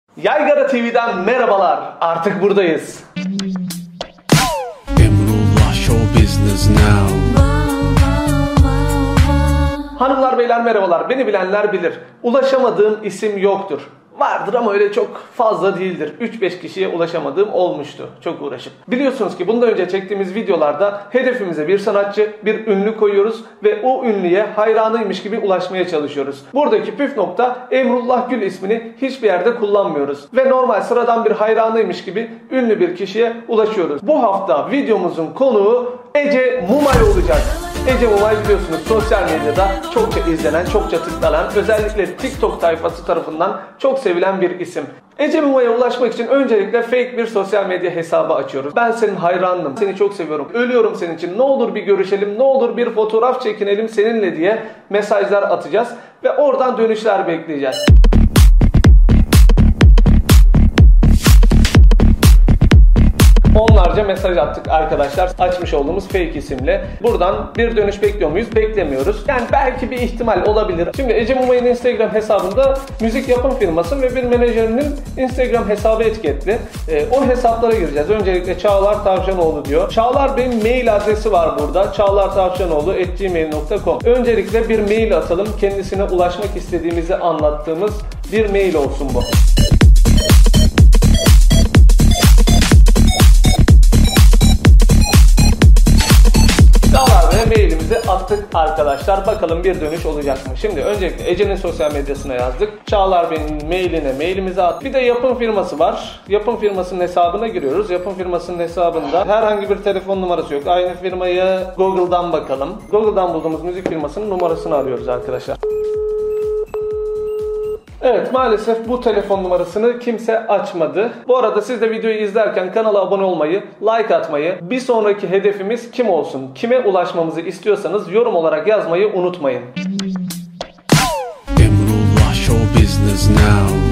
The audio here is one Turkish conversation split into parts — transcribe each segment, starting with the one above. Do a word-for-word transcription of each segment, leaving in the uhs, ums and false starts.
Yaygara T V'den merhabalar. Artık buradayız. Emrullah Show Business Now. Hanımlar beyler merhabalar. Beni bilenler bilir. Ulaşamadığım isim yoktur. Vardır ama öyle çok fazla değildir. üç beş kişiye ulaşamadığım olmuştu. Çok uğraşıp. Biliyorsunuz ki bundan önce çektiğimiz videolarda hedefimize bir sanatçı, bir ünlü koyuyoruz ve o ünlüye hayranıymış gibi ulaşmaya çalışıyoruz. Buradaki püf nokta Emrullah Gül ismini hiçbir yerde kullanmıyoruz. Ve normal sıradan bir hayranıymış gibi ünlü bir kişiye ulaşıyoruz. Bu hafta videomuzun konuğu Ece Mumay olacak. Ece Mumay biliyorsunuz sosyal medyada çokça izlenen, çokça tıklanan, özellikle TikTok tayfası tarafından çok sevilen bir isim. Ece Mumay'a ulaşmak için öncelikle fake bir sosyal medya hesabı açıyoruz. Ben senin hayranım, seni çok seviyorum, ölüyorum senin için, ne olur bir görüşelim, ne olur bir fotoğraf çekinelim seninle diye mesajlar atacağız ve oradan dönüşler bekleyeceğiz. Onlarca mesaj attık arkadaşlar açmış olduğumuz fake isimle. Buradan bir dönüş bekliyor muyuz? Beklemiyoruz. Yani belki bir ihtimal olabilir. Şimdi Ece Mumay'ın Instagram hesabında müzik yapım firması ve bir menajerinin Instagram hesabı etiketli. E, o hesaplara gireceğiz. Öncelikle Çağlar Tavşanoğlu diyor. Çağlar Bey'in mail adresi var burada. çağlar tavşanoğlu at gmail nokta com. Öncelikle bir mail atalım. Kendisine ulaşmak istediğimizi anlattığımız bir mail olsun bu. Mailimizi attık arkadaşlar. Bakalım bir dönüş olacak mı? Şimdi öncelikle Ece'nin sosyal medyasına yazdık. Çağlar Bey'in mailine mailimizi attık. Bir de yapım firması var. Yapım firmasının hesabına giriyoruz. Yapım firmasının hesabında herhangi bir telefon numarası yok. Aynı firmayı Google'dan bakalım. Google'dan bulduğumuz müzik firmasının numarasını arıyoruz arkadaşlar. Evet, maalesef bu telefon numarasını kimse açmadı. Bu arada siz de videoyu izlerken kanala abone olmayı, like atmayı, bir sonraki hedefimiz kim olsun, kime ulaşmamızı istiyorsanız yorum olarak yazmayı unutmayın. Emrullah Show Business Now.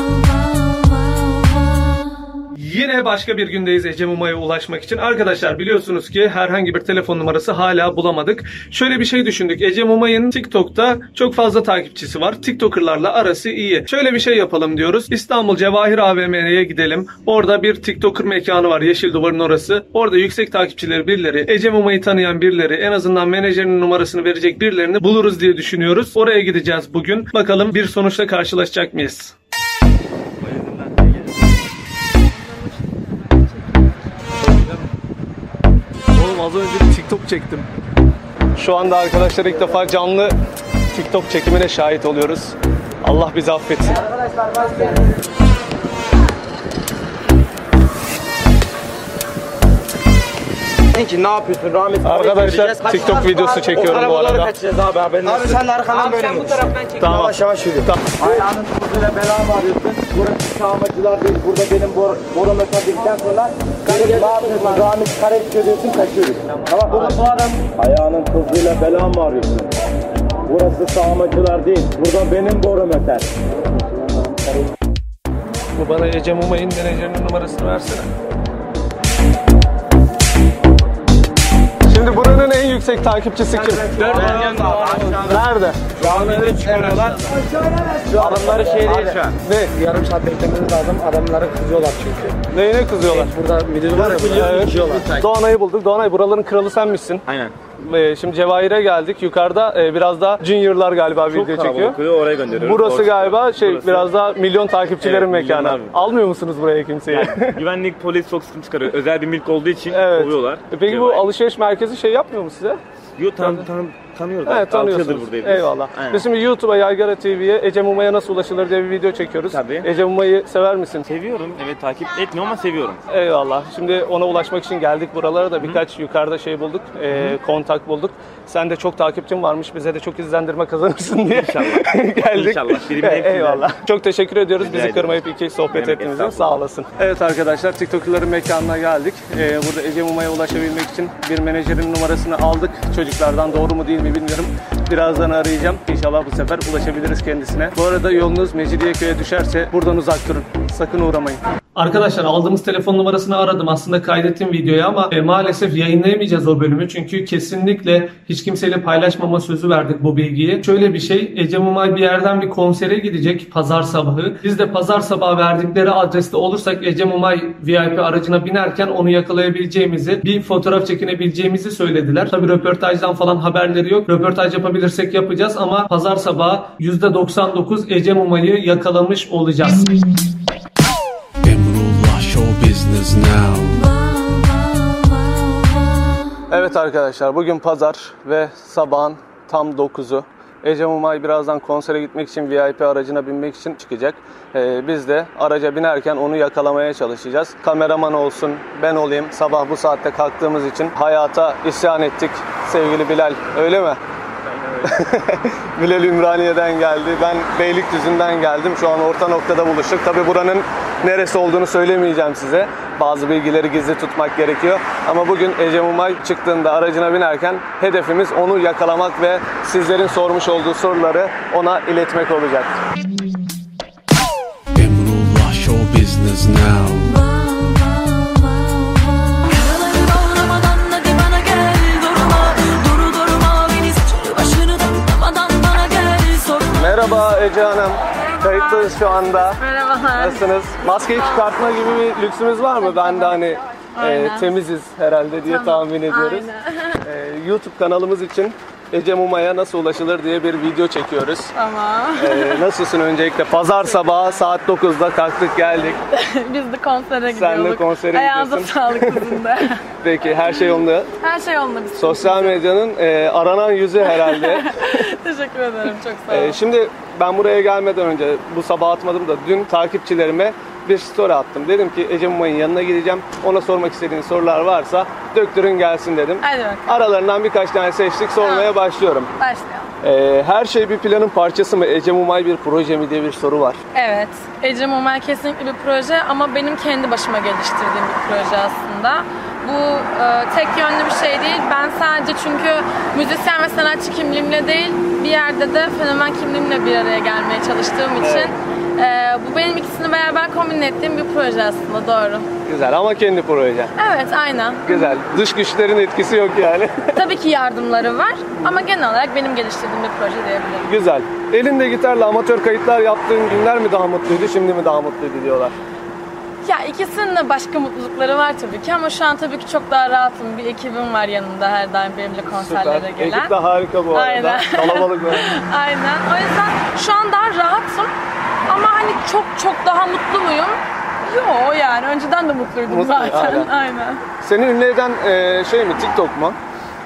Yine başka bir gündeyiz Ece Mumay'a ulaşmak için. Arkadaşlar biliyorsunuz ki herhangi bir telefon numarası hala bulamadık. Şöyle bir şey düşündük. Ece Mumay'ın TikTok'ta çok fazla takipçisi var. TikToker'larla arası iyi. Şöyle bir şey yapalım diyoruz. İstanbul Cevahir A V M'ye gidelim. Orada bir TikToker mekanı var. Yeşil Duvar'ın orası. Orada yüksek takipçileri birileri, Ece Mumay'ı tanıyan birileri, en azından menajerinin numarasını verecek birilerini buluruz diye düşünüyoruz. Oraya gideceğiz bugün. Bakalım bir sonuçla karşılaşacak mıyız? Az önce bir TikTok çektim. Şu anda arkadaşlar ilk defa canlı TikTok çekimine şahit oluyoruz. Allah bizi affetsin. Arkadaşlar başlayalım. Ki ne yapıyorsun? Rahmet arkadaşlar TikTok videosu çekiyorum bu arada. Kaçacağız abi haberin olsun. Abi sen arkadan böyle mi? Tamam. Yavaş yavaş yürü. Tamam. Ayağının tuzuyla bela mı arıyorsun? Burası sağmacılar değil. Burada benim bor borum ötedikten sonra ne yapıyorsun? Rahmet kare çıkıyorsun, kaçıyoruz. Tamam. Burada bu adam ayağının tuzuyla bela mı arıyorsun? Burası sağmacılar değil. Burada benim borum öter. Bu bana Ece Mumay'ın menajerinin numarasını versene. Şimdi buranın en yüksek takipçisi kim? Nerede? Rahmet'e çıkarıyorlar. Adamları şey değil şu an. Ne? Yarım saat beklememiz lazım. Adamlara kızıyorlar çünkü. Neyine kızıyorlar? Burada müdürü var ya. Evet. Kızıyorlar. Doğanay'ı bulduk. Doğanay buraların kralı sen misin? Aynen. Şimdi Cevahir'e geldik. Yukarıda biraz da Junior'lar galiba video çekiyor. Çok oraya gönderiyoruz. Burası Orası, galiba şey burası. biraz daha milyon takipçilerin Evet, mekanı. milyonlar. Almıyor musunuz buraya kimseyi? Yani, güvenlik, polis çok sıkıntı çıkarıyor. Özel bir mülk olduğu için Evet. kovuyorlar. E peki bu alışveriş merkezi şey yapmıyor mu size? Yo, tan tan tanıyoruz. Evet, altı yıldır tanıyorsunuz. buradayız. Eyvallah. Aynen. Biz şimdi YouTube'a Yaygara T V'ye Ece Mumay'a nasıl ulaşılır diye bir video çekiyoruz. Tabii. Ece Mumay'ı sever misin? Seviyorum. Evet, takip etmiyorum ama seviyorum. Eyvallah. Şimdi ona ulaşmak için geldik buralara da birkaç yukarıda şey bulduk. E, kontak bulduk. Sen de çok takipçin varmış. Bize de çok izlendirme kazanırsın diye. İnşallah. geldik. İnşallah. Birimin E, hepsi eyvallah. Çok teşekkür ediyoruz. Rica Bizi ederim. kırmayıp iki sohbet Demek ettiğiniz için estağfurullah. sağ olasın. Evet arkadaşlar TikTok'ların mekanına geldik. Ee, burada Ece Mumay'a ulaşabilmek için bir menajerin numarasını aldık. Çocuklardan doğru mu değil mi bilmiyorum. Birazdan arayacağım. İnşallah bu sefer ulaşabiliriz kendisine. Bu arada yolunuz Mecidiyeköy'e düşerse buradan uzak durun. sakın uğramayın. Arkadaşlar aldığımız telefon numarasını aradım. Aslında kaydettim videoya ama e, maalesef yayınlayamayacağız o bölümü. Çünkü kesinlikle hiç kimseyle paylaşmama sözü verdik bu bilgiyi. Şöyle bir şey, Ece Mumay bir yerden bir konsere gidecek pazar sabahı. Biz de pazar sabahı verdikleri adreste olursak Ece Mumay V I P aracına binerken onu yakalayabileceğimizi, bir fotoğraf çekinebileceğimizi söylediler. Tabii röportajdan falan haberleri yok. Röportaj yapabilirsek yapacağız ama pazar sabahı yüzde doksan dokuz Ece Mumay'ı yakalamış olacağız. Emrullah Show Business Now. Evet arkadaşlar, bugün pazar ve sabahın tam dokuzu. Ece Mumay birazdan konsere gitmek için V I P aracına binmek için çıkacak. Ee, biz de araca binerken onu yakalamaya çalışacağız. Kameraman olsun, ben olayım. Sabah bu saatte kalktığımız için hayata isyan ettik sevgili Bilal. Öyle mi? Bilal Ümraniye'den geldi. Ben Beylikdüzü'nden geldim. Şu an orta noktada buluştuk. Tabi buranın neresi olduğunu söylemeyeceğim size. Bazı bilgileri gizli tutmak gerekiyor. Ama bugün Ece Mumay çıktığında aracına binerken hedefimiz onu yakalamak ve sizlerin sormuş olduğu soruları ona iletmek olacak. Emrullah Show Business Now. Merhaba Ece Hanım. Kayıtlıyız şu anda. Merhabalar. Nasılsınız? Maskeyi çıkartma gibi bir lüksümüz var mı? Ben de hani e, temiziz herhalde diye tahmin ediyoruz. E, YouTube kanalımız için Ece Mumay'a nasıl ulaşılır diye bir video çekiyoruz. Tamam. E, nasılsın öncelikle? Pazar sabahı saat dokuzda kalktık geldik. Biz de konsere gidiyorduk. Sen de konsere Ayağınıza gidiyorsun. sağlık bizim de. Peki her şey yolunda. Her şey yolunda biz. Sosyal medyanın e, aranan yüzü herhalde. Teşekkür ederim, çok sağ olun. Ee, şimdi ben buraya gelmeden önce, bu sabah atmadım da dün takipçilerime bir story attım. Dedim ki Ece Mumay'ın yanına gideceğim. Ona sormak istediğin sorular varsa döktürün gelsin dedim. Hadi bakalım. Aralarından birkaç tane seçtik. Sormaya başlıyorum. Başlayalım. Ee, her şey bir planın parçası mı? Ece Mumay bir proje mi diye bir soru var. Evet, Ece Mumay kesinlikle bir proje ama benim kendi başıma geliştirdiğim bir proje aslında. Bu e, tek yönlü bir şey değil. Ben sadece çünkü müzisyen ve sanatçı kimliğimle değil, bir yerde de fenomen kimliğimle bir araya gelmeye çalıştığım için e, bu benim ikisini beraber kombine ettiğim bir proje aslında, doğru. Güzel ama kendi proje. Evet, aynen. Güzel. Dış güçlerin etkisi yok yani. Tabii ki yardımları var ama genel olarak benim geliştirdiğim bir proje diyebilirim. Güzel. Elinde gitarla amatör kayıtlar yaptığın günler mi daha mutluydu, şimdi mi daha mutluydu diyorlar. Ya ikisinin de başka mutlulukları var tabii ki ama şu an tabii ki çok daha rahatım. Bir ekibim var yanımda her daim benimle konserlere Süper. gelen. Ekip de harika bu arada. Aynen. Kalabalık böyle. Aynen. O yüzden şu an daha rahatım ama hani çok çok daha mutlu muyum? Yo, yani önceden de mutluydum Mutlu, zaten. aynen. Aynen. Seni ünlü eden e, şey mi, TikTok mu?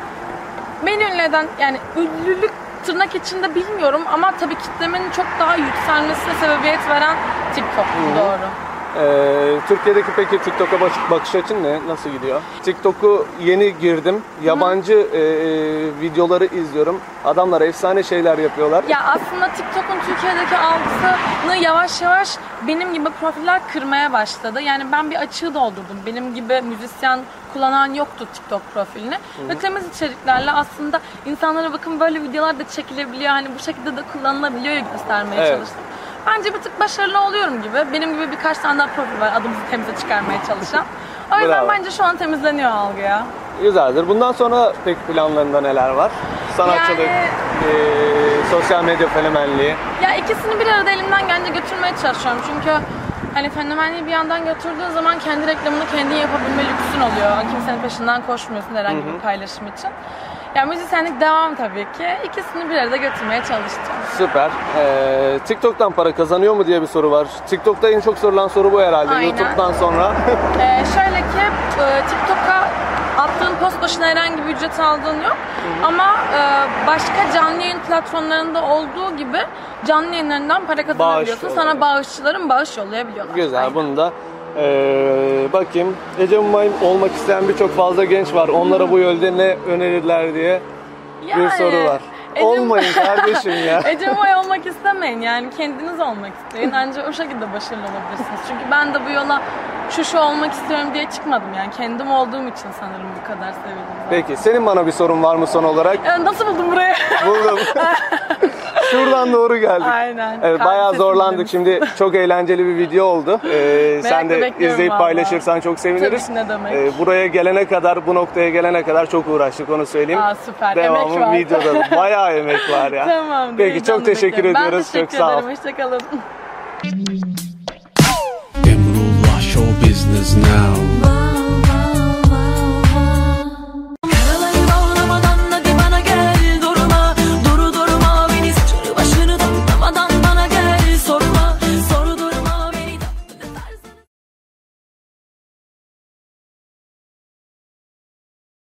Beni ünlü eden, yani ünlülük tırnak içinde bilmiyorum ama tabii kitlemin çok daha yükselmesine sebebiyet veren TikTok. Doğru. Ee, Türkiye'deki peki TikTok'a bak- bakış açın ne? Nasıl gidiyor? TikTok'u yeni girdim. Yabancı e, videoları izliyorum. Adamlar efsane şeyler yapıyorlar. Ya aslında TikTok'un Türkiye'deki algısını yavaş yavaş benim gibi profiller kırmaya başladı. Yani ben bir açığı doldurdum. Benim gibi müzisyen kullanan yoktu TikTok profilini. Ve temiz içeriklerle aslında insanlara bakın böyle videolar da çekilebiliyor. Hani bu şekilde de kullanılabiliyor göstermeye Evet. çalıştım. Bence bir tık başarılı oluyorum gibi. Benim gibi birkaç tane daha profil var adımızı temize çıkarmaya çalışan. O yüzden Bravo. bence şu an temizleniyor algı ya. Güzeldir. Bundan sonra pek planlarında neler var? Sanatçılık, Yani- e, sosyal medya fenomenliği. Ya ikisini bir arada elimden gelince götürmeye çalışıyorum. Çünkü hani fenomenliği bir yandan götürdüğün zaman kendi reklamını kendin yapabilme lüksün oluyor. Kimsenin peşinden koşmuyorsun herhangi bir paylaşım için. Yani müzisyenlik devam tabii ki. İkisini bir arada götürmeye çalışacağım. Süper. Ee, TikTok'tan para kazanıyor mu diye bir soru var. TikTok'ta en çok sorulan soru bu herhalde. Aynen. YouTube'dan sonra. Ee, şöyle ki e, TikTok'a attığın post başına herhangi bir ücret aldığın yok. Ama e, başka canlı yayın platformlarında olduğu gibi canlı yayınlarından para kazanabiliyorsun. Bağış Sana oluyor. bağışçıların bağış yollayabiliyorlar. Güzel. Aynen. Bunu da ee, bakayım. Ece Mumay olmak isteyen birçok fazla genç var. Onlara bu yolda ne önerirler diye bir Yani, soru var. Ece- Olmayın kardeşim ya. Ece Mumay olmak istemeyin, yani kendiniz olmak isteyin. Ancak o şekilde başarılı olabilirsiniz. Çünkü ben de bu yola şu şu olmak istiyorum diye çıkmadım, yani kendim olduğum için sanırım bu kadar sevildim. Peki senin bana bir sorun var mı son olarak? Yani nasıl buldun burayı? Buldum. şuradan doğru geldik. Aynen. Evet, Kalp bayağı sesim zorlandık. demiş. Şimdi çok eğlenceli bir video oldu. Ee, sen Merakla de bekliyorum izleyip vallahi. paylaşırsan çok seviniriz. Tabii ki, ne demek. Ee, buraya gelene kadar, bu noktaya gelene kadar çok uğraştık, onu söyleyeyim. Aa, süper. Devamı Emek var. videoda da. Bayağı emek var ya. Tamam. Peki, çok teşekkür ediyoruz. Ben teşekkür Çok sağ ol. ederim. Hoşçakalın. Emrullah Show Business Now.